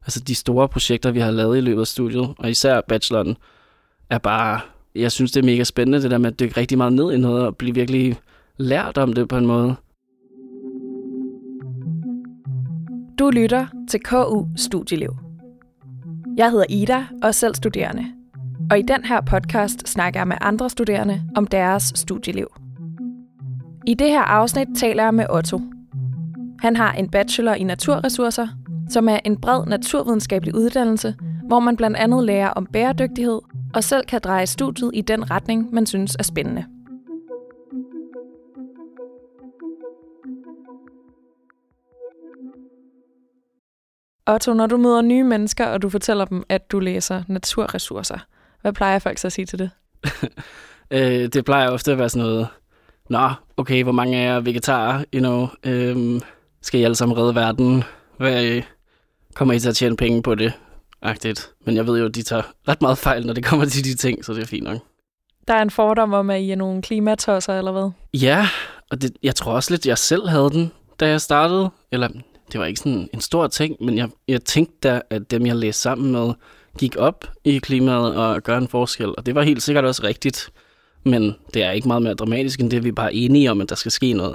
Altså de store projekter, vi har lavet i løbet af studiet, og især bacheloren, er bare, jeg synes, det er mega spændende, det der med at dykke rigtig meget ned i noget, og blive virkelig lært om det på en måde. Du lytter til KU Studieliv. Jeg hedder Ida og er selv studerende. Og i den her podcast snakker jeg med andre studerende om deres studieliv. I det her afsnit taler jeg med Otto. Han har en bachelor i naturressourcer, som er en bred naturvidenskabelig uddannelse, hvor man blandt andet lærer om bæredygtighed og selv kan dreje studiet i den retning, man synes er spændende. Otto, når du møder nye mennesker, og du fortæller dem, at du læser naturressourcer, hvad plejer folk så at sige til det? Det plejer ofte at være sådan noget, nå, okay, hvor mange af jer er vegetarer, skal I alle sammen redde verden? Hvad kommer I til at tjene penge på det? Agtigt. Men jeg ved jo, at de tager ret meget fejl, når det kommer til de ting, så det er fint nok. Der er en fordom om, at I er nogle klimatosser, eller hvad? Ja, og jeg tror også lidt, jeg selv havde den, da jeg startede. Eller det var ikke sådan en stor ting, men jeg tænkte da, at dem, jeg læste sammen med, gik op i klimaet og gør en forskel. Og det var helt sikkert også rigtigt. Men det er ikke meget mere dramatisk, end det, vi er bare enige om, at der skal ske noget.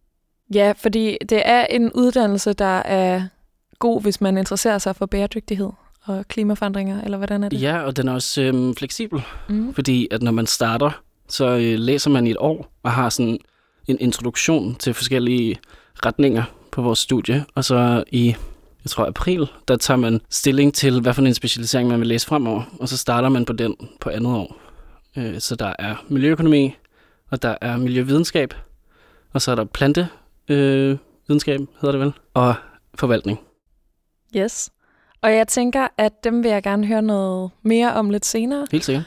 Ja, fordi det er en uddannelse, der er god, hvis man interesserer sig for bæredygtighed og klimaforandringer, eller hvordan er det? Ja, og den er også fleksibel, fordi at når man starter, så læser man i et år og har sådan en introduktion til forskellige retninger på vores studie, og så i, jeg tror april, der tager man stilling til, hvad for en specialisering man vil læse fremover, og så starter man på den på andet år. Så der er miljøøkonomi, og der er miljøvidenskab, og så er der plantevidenskab, hedder det vel, og forvaltning. Yes. Og jeg tænker, at dem vil jeg gerne høre noget mere om lidt senere. Helt sikkert.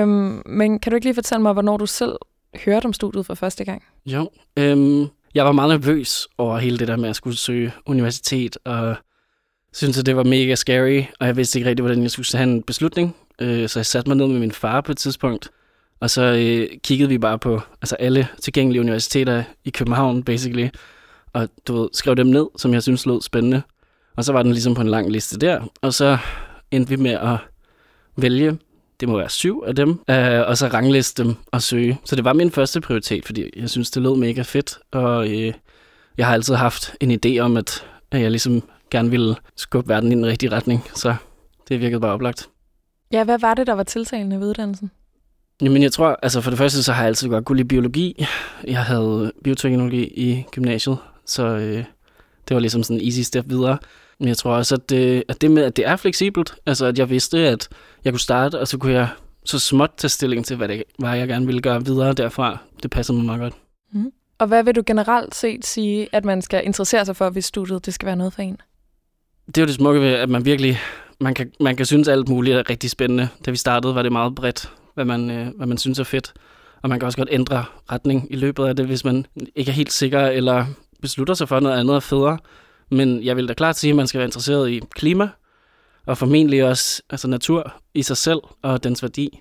Men kan du ikke lige fortælle mig, hvornår du selv hørte om studiet for første gang? Jo. Jeg var meget nervøs over hele det der med at skulle søge universitet, og syntes, at det var mega scary, og jeg vidste ikke rigtig, hvordan jeg skulle have en beslutning. Så jeg satte mig ned med min far på et tidspunkt, og så kiggede vi bare på alle tilgængelige universiteter i København, basically, og skrev dem ned, som jeg synes lød spændende. Og så var den ligesom på en lang liste der, og så endte vi med at vælge, det må være 7 af dem, og så rangliste dem og søge. Så det var min første prioritet, fordi jeg synes, det lød mega fedt, og jeg har altid haft en idé om, at jeg ligesom gerne ville skubbe verden i den rigtige retning, så det virkede bare oplagt. Ja, hvad var det, der var tiltalende ved uddannelsen? Jamen jeg tror, for det første, så har jeg altid godt kunne lide biologi. Jeg havde bioteknologi i gymnasiet, så det var ligesom sådan en easy step videre. Men jeg tror også, at det med, at det er fleksibelt, at jeg vidste, at jeg kunne starte, og så kunne jeg så småt tage stilling til, hvad det var, jeg gerne ville gøre videre derfra. Det passer mig meget godt. Mm. Og hvad vil du generelt set sige, at man skal interessere sig for, hvis studiet det skal være noget for en? Det er jo det smukke ved, at man virkelig, man kan synes alt muligt er rigtig spændende. Da vi startede, var det meget bredt, hvad man synes er fedt. Og man kan også godt ændre retning i løbet af det, hvis man ikke er helt sikker, eller beslutter sig for noget andet og federe. Men jeg vil da klart sige, at man skal være interesseret i klima, og formentlig også natur i sig selv og dens værdi.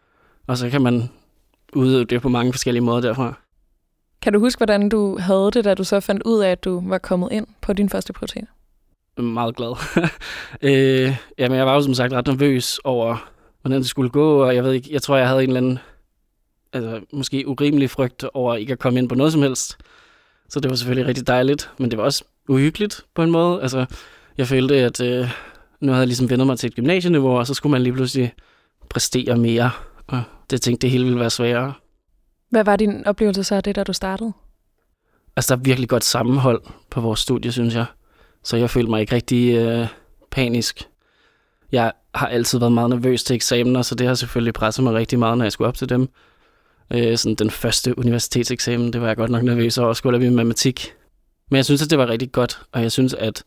Og så kan man udøve det på mange forskellige måder derfra. Kan du huske, hvordan du havde det, da du så fandt ud af, at du var kommet ind på din første prioritet? Meget glad. Jamen, jeg var jo som sagt ret nervøs over, hvordan det skulle gå, og jeg tror, jeg havde en eller anden måske urimelig frygt over ikke at komme ind på noget som helst. Så det var selvfølgelig rigtig dejligt, men det var også uhyggeligt på en måde. Jeg følte, at nu havde jeg ligesom vendt mig til et gymnasieniveau, og så skulle man lige pludselig præstere mere, og det tænkte, det hele ville være sværere. Hvad var din oplevelse så af det, da du startede? Der er virkelig godt sammenhold på vores studie, synes jeg. Så jeg følte mig ikke rigtig panisk. Jeg har altid været meget nervøs til eksamener, så det har selvfølgelig presset mig rigtig meget, når jeg skulle op til dem. Sådan den første universitetseksamen, det var jeg godt nok nervøs over at skulle lave matematik. Men jeg synes, at det var rigtig godt, og jeg synes, at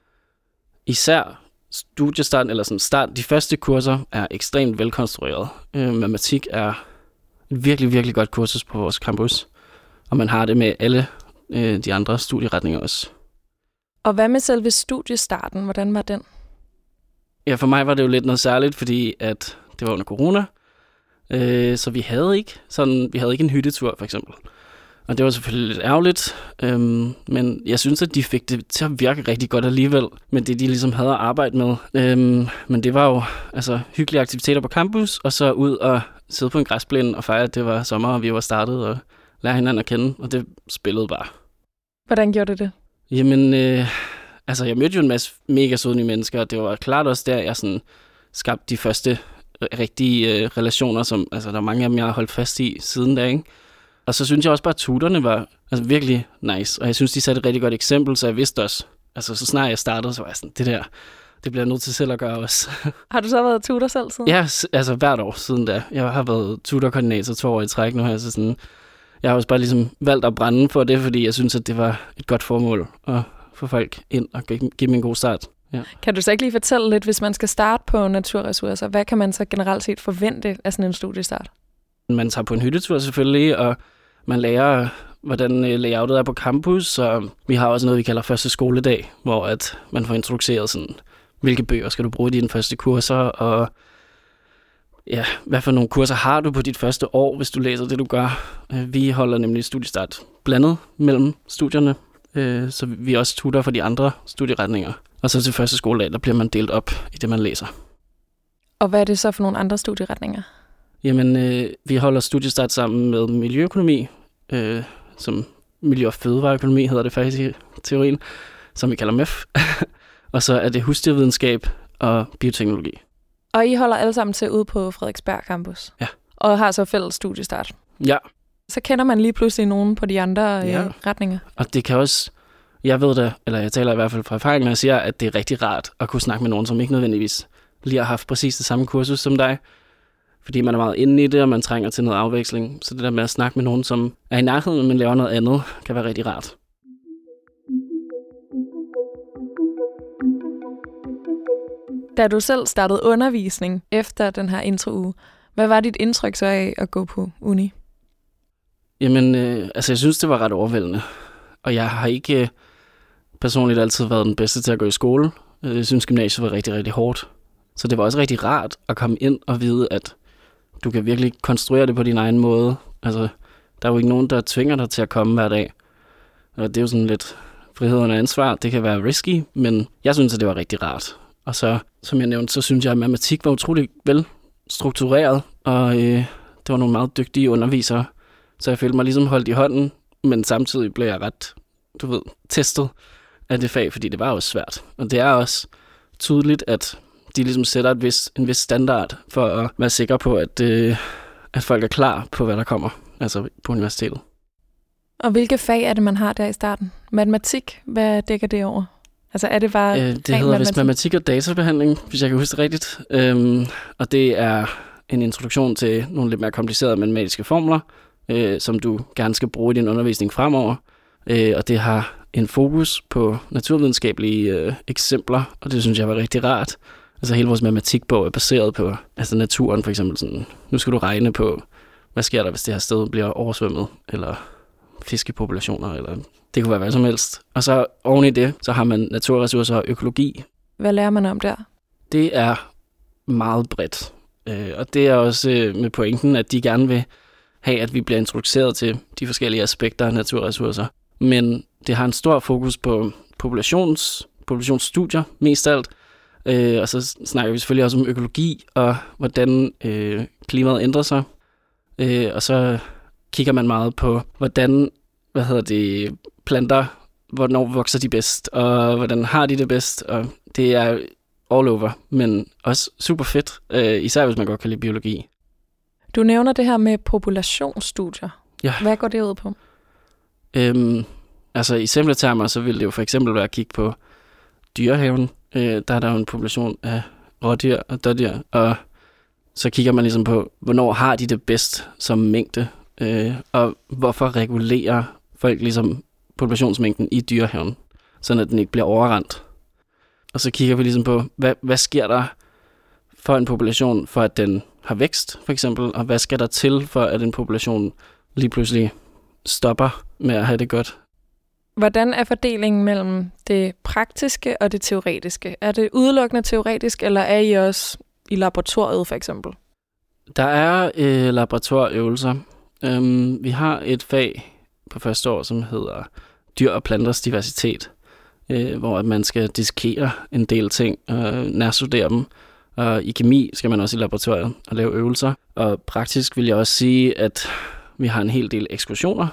især studiestarten, eller sådan de første kurser er ekstremt velkonstrueret. Matematik er et virkelig, virkelig godt kursus på vores campus, og man har det med alle de andre studieretninger også. Og hvad med selve studiestarten? Hvordan var den? Ja, for mig var det jo lidt noget særligt, fordi at det var under corona, så vi havde ikke en hyttetur, for eksempel. Og det var selvfølgelig lidt ærgerligt, men jeg synes, at de fik det til at virke rigtig godt alligevel, med det, de ligesom havde at arbejde med. Men det var jo altså hyggelige aktiviteter på campus, og så ud og sidde på en græsplæne og fejre, at det var sommer, og vi var startet og lære hinanden at kende, og det spillede bare. Hvordan gjorde det det? Jamen, jeg mødte jo en masse mega søde nye mennesker, og det var klart også der, jeg sådan skabte de første rigtige relationer, som der er mange af dem, jeg har holdt fast i siden da, ikke? Og så synes jeg også bare, at tutorerne var virkelig nice, og jeg synes, de satte et rigtig godt eksempel, så jeg vidste også, så snart jeg startede, så var jeg sådan, det bliver jeg nødt til selv at gøre også. Har du så været tutor selv siden? Ja, hvert år siden da. Jeg har været tutorkoordinator 2 år i træk nu her, så sådan, jeg har også bare ligesom valgt at brænde for det, fordi jeg synes, at det var et godt formål at få folk ind og give dem en god start. Ja. Kan du så ikke lige fortælle lidt, hvis man skal starte på naturressourcer, hvad kan man så generelt set forvente af sådan en studiestart? Man tager på en hyttetur selvfølgelig, og man lærer, hvordan layoutet er på campus, og vi har også noget, vi kalder første skoledag, hvor at man får introduceret sådan, hvilke bøger skal du bruge i dine første kurser, og ja, hvad for nogle kurser har du på dit første år, hvis du læser det, du gør. Vi holder nemlig studiestart blandet mellem studierne, så vi også tutor for de andre studieretninger. Og så til første skoledag, der bliver man delt op i det, man læser. Og hvad er det så for nogle andre studieretninger? Jamen, vi holder studiestart sammen med miljøøkonomi, som miljø- og fødevareøkonomi hedder det faktisk i teorien, som vi kalder MEF. Og så er det husdyrvidenskab og bioteknologi. Og I holder alle sammen til ude på Frederiksberg Campus? Ja. Og har så fælles studiestart? Ja. Så kender man lige pludselig nogen på de andre retninger? Og det kan også, jeg ved det, eller jeg taler i hvert fald fra erfaring, når jeg siger, at det er rigtig rart at kunne snakke med nogen, som ikke nødvendigvis lige har haft præcis det samme kursus som dig. Fordi man er meget inde i det, og man trænger til noget afveksling. Så det der med at snakke med nogen, som er i nærheden, men laver noget andet, kan være rigtig rart. Da du selv startede undervisning efter den her introuge, hvad var dit indtryk så af at gå på uni? Jamen, jeg synes, det var ret overvældende. Og jeg har ikke personligt altid været den bedste til at gå i skole. Jeg synes, gymnasiet var rigtig, rigtig hårdt. Så det var også rigtig rart at komme ind og vide, at du kan virkelig konstruere det på din egen måde. Altså, der er jo ikke nogen, der tvinger dig til at komme hver dag. Og det er jo sådan lidt frihed og ansvar. Det kan være risky, men jeg synes, at det var rigtig rart. Og så, som jeg nævnte, så synes jeg, at matematik var utrolig vel struktureret, og det var nogle meget dygtige undervisere. Så jeg følte mig ligesom holdt i hånden, men samtidig blev jeg ret, testet af det fag, fordi det var også svært. Og det er også tydeligt, at de ligesom sætter en vis standard for at være sikker på, at folk er klar på, hvad der kommer, altså på universitetet. Og hvilke fag er det, man har der i starten? Matematik, hvad dækker det over? Altså er det bare det hedder vist matematik og databehandling, hvis jeg kan huske det rigtigt. Og det er en introduktion til nogle lidt mere komplicerede matematiske formler, som du gerne skal bruge i din undervisning fremover. Og det har en fokus på naturvidenskabelige eksempler, og det synes jeg var rigtig rart. Altså hele vores matematikbog er baseret på naturen, for eksempel sådan, nu skal du regne på, hvad sker der, hvis det her sted bliver oversvømmet, eller fiskepopulationer, eller det kunne være hvad som helst. Og så oven i det, så har man naturressourcer og økologi. Hvad lærer man om der? Det er meget bredt. Og det er også med pointen, at de gerne vil have, at vi bliver introduceret til de forskellige aspekter af naturressourcer. Men det har en stor fokus på populationsstudier, mest alt. Og så snakker vi selvfølgelig også om økologi, og hvordan klimaet ændrer sig. Og så kigger man meget på, hvordan planter, hvornår vokser de bedst, og hvordan har de det bedst. Og det er all over, men også super fedt, især hvis man godt kan lide biologi. Du nævner det her med populationsstudier. Ja. Hvad går det ud på? I simple termer, så vil det jo for eksempel være at kigge på dyrehaven. Der er der jo en population af rådyr og dårdyr, og så kigger man ligesom på, hvornår har de det bedst som mængde, og hvorfor regulerer folk ligesom populationsmængden i dyrehaven, sådan at den ikke bliver overrendt. Og så kigger vi ligesom på, hvad sker der for en population, for at den har vækst, for eksempel, og hvad skal der til, for at en population lige pludselig stopper med at have det godt. Hvordan er fordelingen mellem det praktiske og det teoretiske? Er det udelukkende teoretisk, eller er I også i laboratoriet, for eksempel? Der er laboratorieøvelser. Vi har et fag på første år, som hedder Dyr og planters diversitet, hvor man skal dissekere en del ting og nærstudere dem. Og i kemi skal man også i laboratoriet og lave øvelser. Og praktisk vil jeg også sige, at vi har en hel del ekskursioner.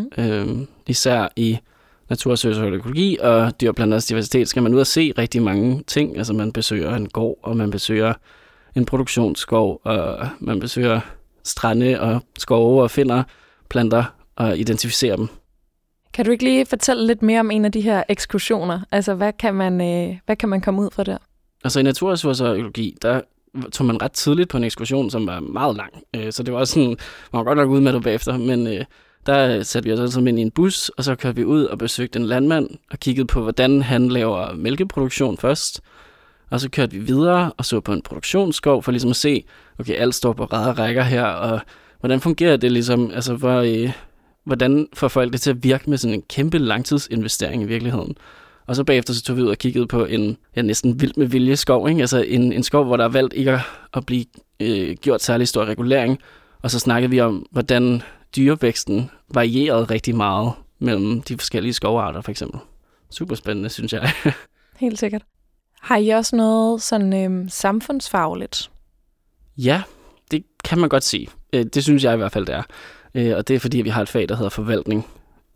Især i natursociologi og dyr og planters diversitet skal man ud og se rigtig mange ting. Altså man besøger en gård, og man besøger en produktionsskov, og man besøger strande og skove og finder planter og identificerer dem. Kan du ikke lige fortælle lidt mere om en af de her ekskursioner? Altså hvad kan man komme ud fra der? Altså i natursociologi, der tog man ret tidligt på en ekskursion, som var meget lang. Så det var også sådan, man var godt nok ud med det bagefter, men der satte vi os altså ind i en bus, og så kørte vi ud og besøgte en landmand og kiggede på, hvordan han laver mælkeproduktion først. Og så kørte vi videre og så på en produktionsskov for ligesom at se, okay, alt står på rad og rækker her, og hvordan fungerer det ligesom, altså hvordan får folk det til at virke med sådan en kæmpe langtidsinvestering i virkeligheden. Og så bagefter så tog vi ud og kiggede på en næsten vild med vilje skov, ikke? Altså en skov, hvor der er valgt ikke at blive gjort særlig stor regulering. Og så snakkede vi om, hvordan dyrevæksten varierede rigtig meget mellem de forskellige skovarter, for eksempel. Super spændende, synes jeg. Helt sikkert. Har I også noget sådan samfundsfagligt? Ja, det kan man godt sige. Det synes jeg i hvert fald, det er. Og det er fordi, vi har et fag, der hedder forvaltning,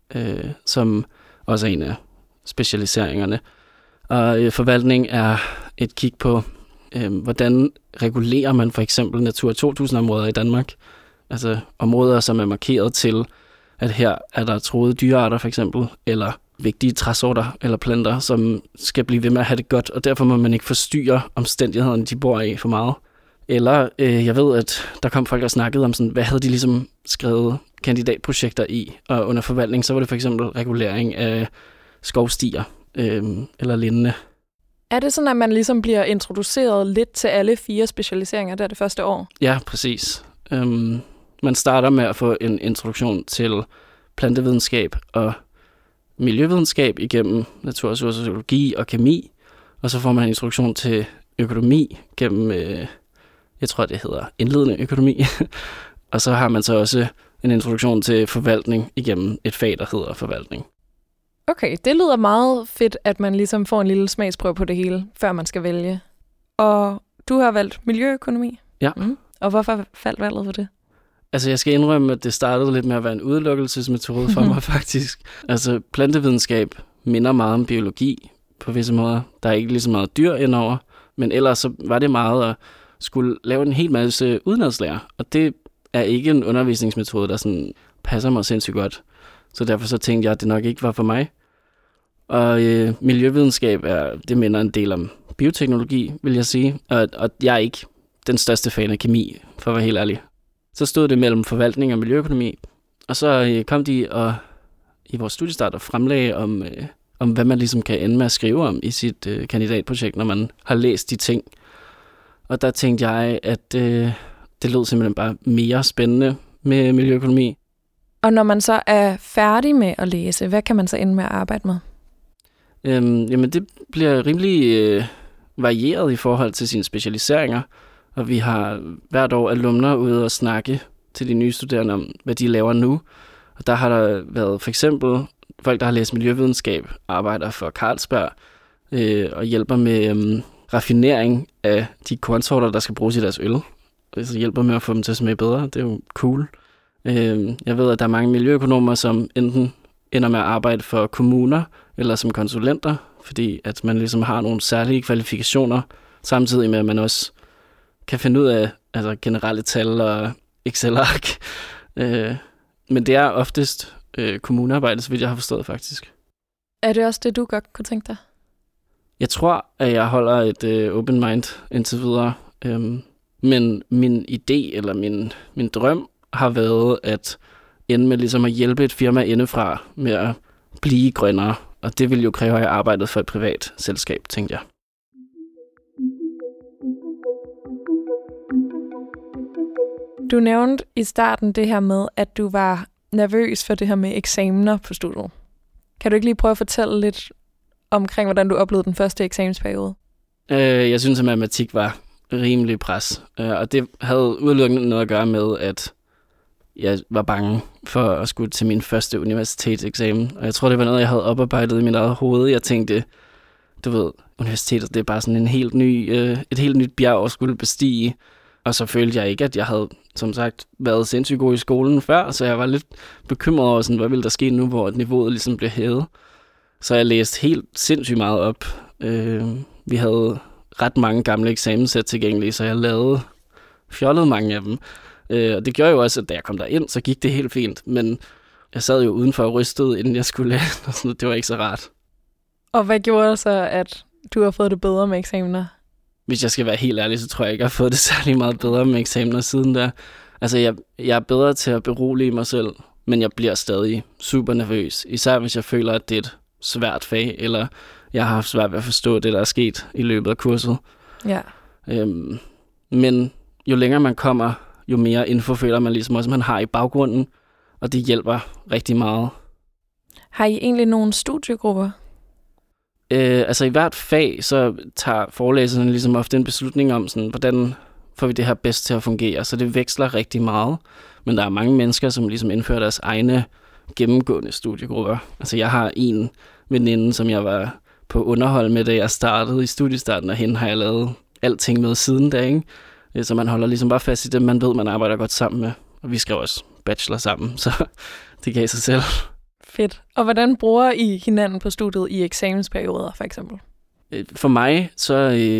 som også er en af specialiseringerne. Og forvaltning er et kig på, hvordan regulerer man for eksempel Natura 2000-områder i Danmark. Altså områder, som er markeret til, at her er der truede dyrearter for eksempel, eller vigtige træsorter eller planter, som skal blive ved med at have det godt, og derfor må man ikke forstyrre omstændighederne, de bor i for meget. Eller jeg ved, at der kom folk og snakkede om, sådan, hvad havde de ligesom skrevet kandidatprojekter i, og under forvaltning, så var det for eksempel regulering af skovstier eller lignende. Er det sådan, at man ligesom bliver introduceret lidt til alle 4 specialiseringer der det første år? Ja, præcis. Man starter med at få en introduktion til plantevidenskab og miljøvidenskab igennem natursociologi og kemi, og så får man en introduktion til økonomi gennem, jeg tror det hedder indledende økonomi, og så har man så også en introduktion til forvaltning igennem et fag, der hedder forvaltning. Okay, det lyder meget fedt, at man ligesom får en lille smagsprøve på det hele, før man skal vælge. Og du har valgt miljøøkonomi? Ja. Og hvorfor faldt valget for det? Altså, jeg skal indrømme, at det startede lidt med at være en udelukkelsesmetode for mig, faktisk. Altså, plantevidenskab minder meget om biologi på visse måder. Der er ikke lige så meget dyr indover, men ellers så var det meget at skulle lave en hel masse udenadslære, og det er ikke en undervisningsmetode, der sådan passer mig sindssygt godt. Så derfor så tænkte jeg, at det nok ikke var for mig. Og miljøvidenskab det minder en del om bioteknologi, vil jeg sige. Og jeg er ikke den største fan af kemi, for at være helt ærlig. Så stod det mellem forvaltning og miljøøkonomi. Og så kom de og i vores studiestart og fremlagde om, hvad man ligesom kan ende med at skrive om i sit kandidatprojekt, når man har læst de ting. Og der tænkte jeg, at det lød simpelthen bare mere spændende med miljøøkonomi. Og når man så er færdig med at læse, hvad kan man så ende med at arbejde med? Jamen det bliver rimelig varieret i forhold til sine specialiseringer. Og vi har hvert år alumner ude og snakke til de nye studerende om, hvad de laver nu. Og der har der været for eksempel folk, der har læst miljøvidenskab, arbejder for Carlsberg og hjælper med raffinering af de kornsorter, der skal bruges i deres øl. Og så hjælper med at få dem til at smage bedre. Det er jo cool. Jeg ved, at der er mange miljøøkonomer, som enten ender med at arbejde for kommuner eller som konsulenter, fordi at man ligesom har nogle særlige kvalifikationer, samtidig med, at man også kan finde ud af generelle tal og Excel-ark. Men det er oftest kommunearbejde, så vidt jeg har forstået faktisk. Er det også det, du godt kunne tænke dig? Jeg tror, at jeg holder et open mind indtil videre. Men min idé eller min drøm har været at ende med ligesom at hjælpe et firma indefra med at blive grønnere. Og det vil jo kræve, at jeg arbejdede for et privat selskab, tænkte jeg. Du nævnte i starten det her med, at du var nervøs for det her med eksamener på studiet. Kan du ikke lige prøve at fortælle lidt omkring, hvordan du oplevede den første eksamensperiode? Jeg synes, at matematik var rimelig pres. Og det havde udelukkende noget at gøre med, at jeg var bange for at skulle til min første universitetseksamen. Og jeg tror, det var noget, jeg havde oparbejdet i mit eget hoved. Jeg tænkte, du ved, universitetet, det er bare sådan et helt nyt bjerg at skulle bestige. Og så følte jeg ikke, at jeg havde, som sagt, været sindssygt god i skolen før, så jeg var lidt bekymret over, sådan, hvad ville der ske nu, hvor niveauet ligesom blev hævet. Så jeg læste helt sindssygt meget op. Vi havde ret mange gamle eksamenssæt tilgængelige, så jeg lavede fjollet mange af dem. Og det gjorde jo også, at da jeg kom derind, så gik det helt fint. Men jeg sad jo udenfor og rystede, inden jeg skulle læse, og sådan, det var ikke så rart. Og hvad gjorde så, at du har fået det bedre med eksamener? Hvis jeg skal være helt ærlig, så tror jeg ikke, jeg har fået det særlig meget bedre med eksamener siden der. Altså, jeg er bedre til at berolige mig selv, men jeg bliver stadig super nervøs. Især hvis jeg føler, at det er et svært fag, eller jeg har haft svært ved at forstå det, der er sket i løbet af kurset. Ja. Men jo længere man kommer, jo mere info føler man ligesom også, man har i baggrunden, og det hjælper rigtig meget. Har I egentlig nogle studiegrupper? Altså i hvert fag, så tager forelæserne ligesom ofte en beslutning om, sådan, hvordan får vi det her bedst til at fungere. Så det veksler rigtig meget, men der er mange mennesker, som ligesom indfører deres egne gennemgående studiegrupper. Altså jeg har en veninde, som jeg var på underhold med, da jeg startede i studiestarten, og hende har jeg lavet alting med siden da, ikke? Så man holder ligesom bare fast i det, man ved, man arbejder godt sammen med. Og vi skrev også bachelor sammen, så det gav sig selv. Fedt. Og hvordan bruger I hinanden på studiet i eksamensperioder, for eksempel? For mig, så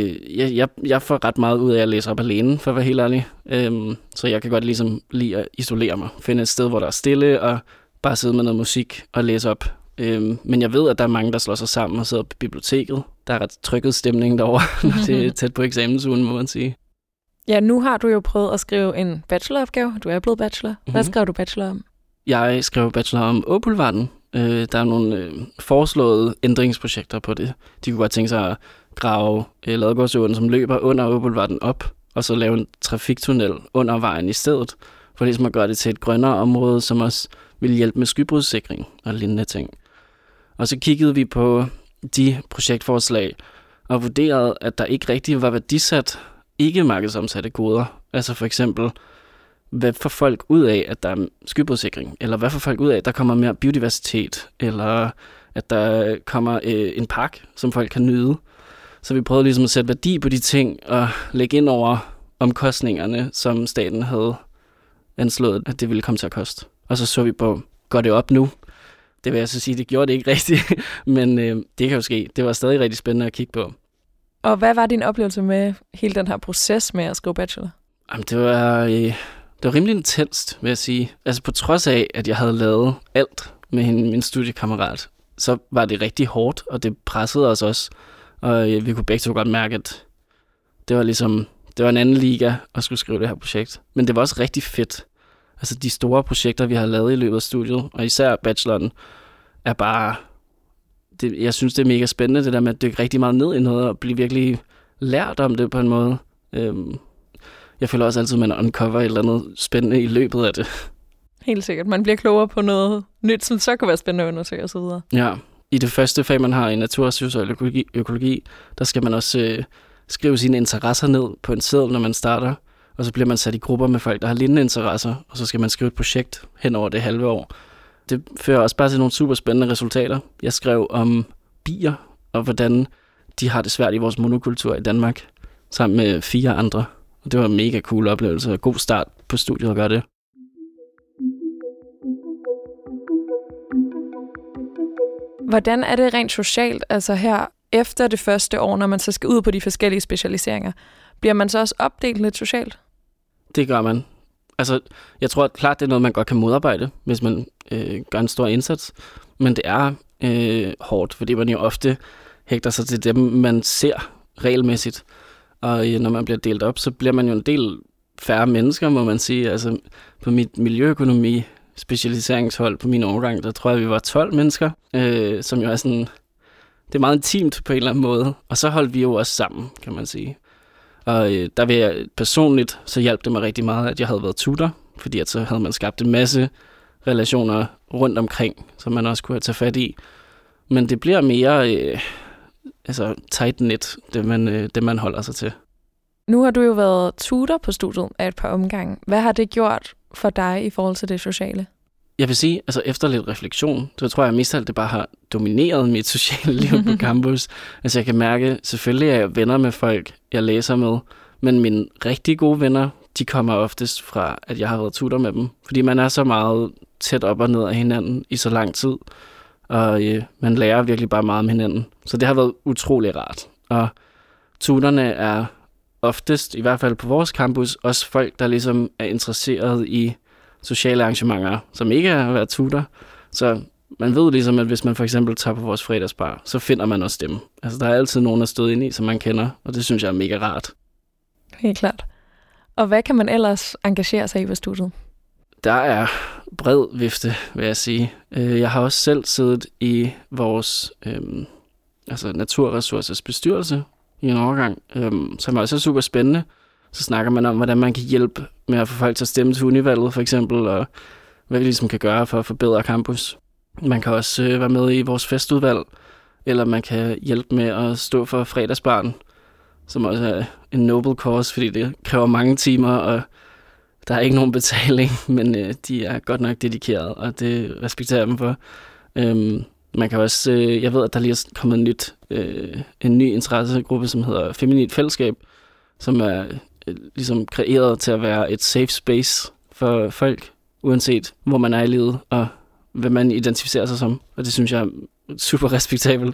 jeg får ret meget ud af at læse op alene, for at være helt ærlig. Så jeg kan godt ligesom lide at isolere mig. Finde et sted, hvor der er stille, og bare sidde med noget musik og læse op. Men jeg ved, at der er mange, der slår sig sammen og sidder på biblioteket. Der er ret trykket stemning derovre, når det er tæt på eksamensugen, må man sige. Ja, nu har du jo prøvet at skrive en bacheloropgave. Du er blevet bachelor. Hvad skrev du bachelor om? Jeg skrev bachelor om Åboulevarden. Der er nogle foreslåede ændringsprojekter på det. De kunne godt tænke sig at grave Ladegårdsåen, som løber under Åboulevarden op, og så lave en trafiktunnel under vejen i stedet, for ligesom at gøre det til et grønnere område, som også ville hjælpe med skybrudssikring og lignende ting. Og så kiggede vi på de projektforslag og vurderede, at der ikke rigtig var værdisat ikke markedsomsatte goder. Altså for eksempel, hvad får folk ud af, at der er skybrudssikring? Eller hvad får folk ud af, at der kommer mere biodiversitet? Eller at der kommer en park, som folk kan nyde? Så vi prøvede ligesom at sætte værdi på de ting og lægge ind over omkostningerne, som staten havde anslået, at det ville komme til at koste. Og så vi på, går det op nu? Det vil jeg så sige, det gjorde det ikke rigtigt, men det kan jo ske. Det var stadig rigtig spændende at kigge på. Og hvad var din oplevelse med hele den her proces med at skrive bachelor? Jamen, det var rimelig intenst, vil jeg sige. Altså på trods af, at jeg havde lavet alt med min studiekammerat, så var det rigtig hårdt, og det pressede os også. Og vi kunne begge to godt mærke, at det var en anden liga at skulle skrive det her projekt. Men det var også rigtig fedt. Altså de store projekter, vi har lavet i løbet af studiet, og især bacheloren, er bare... jeg synes, det er mega spændende, det der med at dykke rigtig meget ned i noget, og blive virkelig lært om det på en måde. Jeg føler også altid, at man uncover et eller andet spændende i løbet af det. Helt sikkert. Man bliver klogere på noget nyt, som så kan være spændende at undersøge osv. Ja. I det første fag, man har i naturscience og økologi, der skal man også skrive sine interesser ned på en seddel, når man starter. Og så bliver man sat i grupper med folk, der har lignende interesser, og så skal man skrive et projekt hen over det halve år. Det fører også bare til nogle super spændende resultater. Jeg skrev om bier, og hvordan de har det svært i vores monokultur i Danmark, sammen med 4 andre. Og det var en mega cool oplevelse, og god start på studiet at gøre det. Hvordan er det rent socialt, altså her efter det første år, når man så skal ud på de forskellige specialiseringer? Bliver man så også opdelt lidt socialt? Det gør man. Altså, jeg tror klart, det er noget, man godt kan modarbejde, hvis man gør en stor indsats. Men det er hårdt, fordi man jo ofte hægter sig til dem, man ser regelmæssigt. Og når man bliver delt op, så bliver man jo en del færre mennesker, må man sige. Altså, på mit miljøøkonomi specialiseringshold på min årgang, der tror jeg, vi var 12 mennesker, som jo er sådan... Det er meget intimt på en eller anden måde. Og så holdt vi jo også sammen, kan man sige. Og der vil jeg personligt, så hjalp det mig rigtig meget, at jeg havde været tutor, fordi at så havde man skabt en masse relationer rundt omkring, som man også kunne have taget fat i. Men det bliver mere tight-knit, det man holder sig til. Nu har du jo været tutor på studiet af et par omgange. Hvad har det gjort for dig i forhold til det sociale? Jeg vil sige, altså efter lidt refleksion, så tror jeg mest af alt, det bare har domineret mit sociale liv på campus. Altså jeg kan mærke, selvfølgelig er jeg venner med folk, jeg læser med, men mine rigtig gode venner, de kommer oftest fra, at jeg har været tutor med dem. Fordi man er så meget tæt op og ned af hinanden i så lang tid, og man lærer virkelig bare meget om hinanden. Så det har været utrolig rart. Og tutorerne er oftest, i hvert fald på vores campus, også folk, der ligesom er interesseret i sociale arrangementer, som ikke er at være tutor. Så man ved ligesom, at hvis man for eksempel tager på vores fredagsbar, så finder man også dem. Altså der er altid nogen, der stået ind i, som man kender, og det synes jeg er mega rart. Helt klart. Og hvad kan man ellers engagere sig i på studiet? Der er bred vifte, vil jeg sige. Jeg har også selv siddet i vores naturressources bestyrelse i en overgang, som også er super spændende. Så snakker man om, hvordan man kan hjælpe med at få folk til at stemme til univalget, for eksempel, og hvad vi ligesom kan gøre for at forbedre campus. Man kan også være med i vores festudvalg, eller man kan hjælpe med at stå for fredagsbaren, som også er en noble cause, fordi det kræver mange timer, og der er ikke nogen betaling, men de er godt nok dedikeret, og det respekterer jeg dem for. Man kan også, jeg ved, at der lige er kommet en ny interessegruppe, som hedder Feminint Fællesskab, som er ligesom kreeret til at være et safe space for folk, uanset hvor man er i livet, og hvad man identificerer sig som. Og det synes jeg er super respektabelt.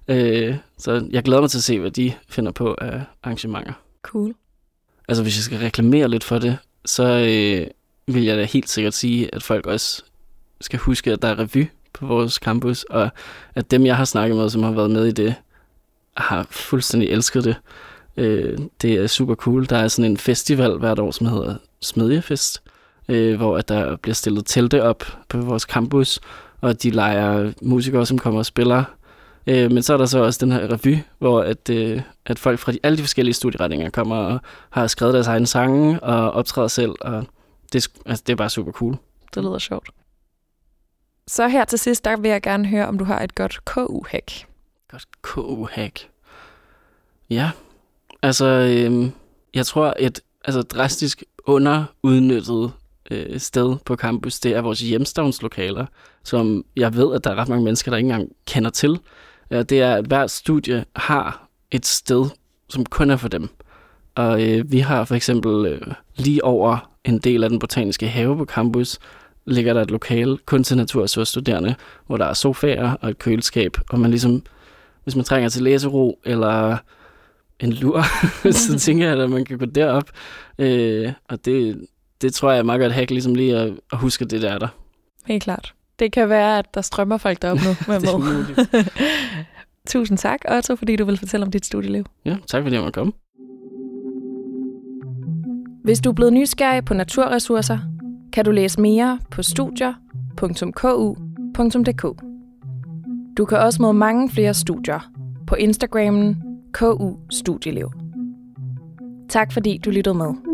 Så jeg glæder mig til at se, hvad de finder på af arrangementer. Cool. Altså hvis jeg skal reklamere lidt for det, så vil jeg da helt sikkert sige, at folk også skal huske, at der er revy på vores campus, og at dem, jeg har snakket med, som har været med i det, har fuldstændig elsket det. Det er super cool. Der er sådan en festival hvert år, som hedder Smedjefest, hvor at der bliver stillet telte op på vores campus, og de leger musikere, som kommer og spiller. Men så er der så også den her revy, hvor at folk fra alle de forskellige studieretninger kommer og har skrevet deres egne sange og optræder selv, og det er bare super cool. Det lyder sjovt. Så her til sidst, der vil jeg gerne høre, om du har et godt KU-hack. Godt KU-hack? Ja, altså jeg tror et drastisk underudnyttet sted på campus, det er vores hjemstavnslokaler, som jeg ved, at der er ret mange mennesker, der ikke engang kender til. Det er, at hvert studie har et sted, som kun er for dem. Og vi har for eksempel lige over en del af den botaniske have på campus, ligger der et lokale kun til naturressourcestuderende, hvor der er sofaer og et køleskab, og man ligesom, hvis man trænger til læsero eller en lur, så tænker jeg, at man kan gå derop. Og det tror jeg er meget godt hack, ligesom lige at huske det, der er der. Helt klart. Det kan være, at der strømmer folk derop nu. Det er muligt. Tusind tak, Otto, fordi du vil fortælle om dit studieliv. Ja, tak fordi jeg måtte komme. Hvis du er blevet nysgerrig på naturressourcer, kan du læse mere på studier.ku.dk. Du kan også møde mange flere studier på Instagrammen KU Studieliv. Tak fordi du lyttede med.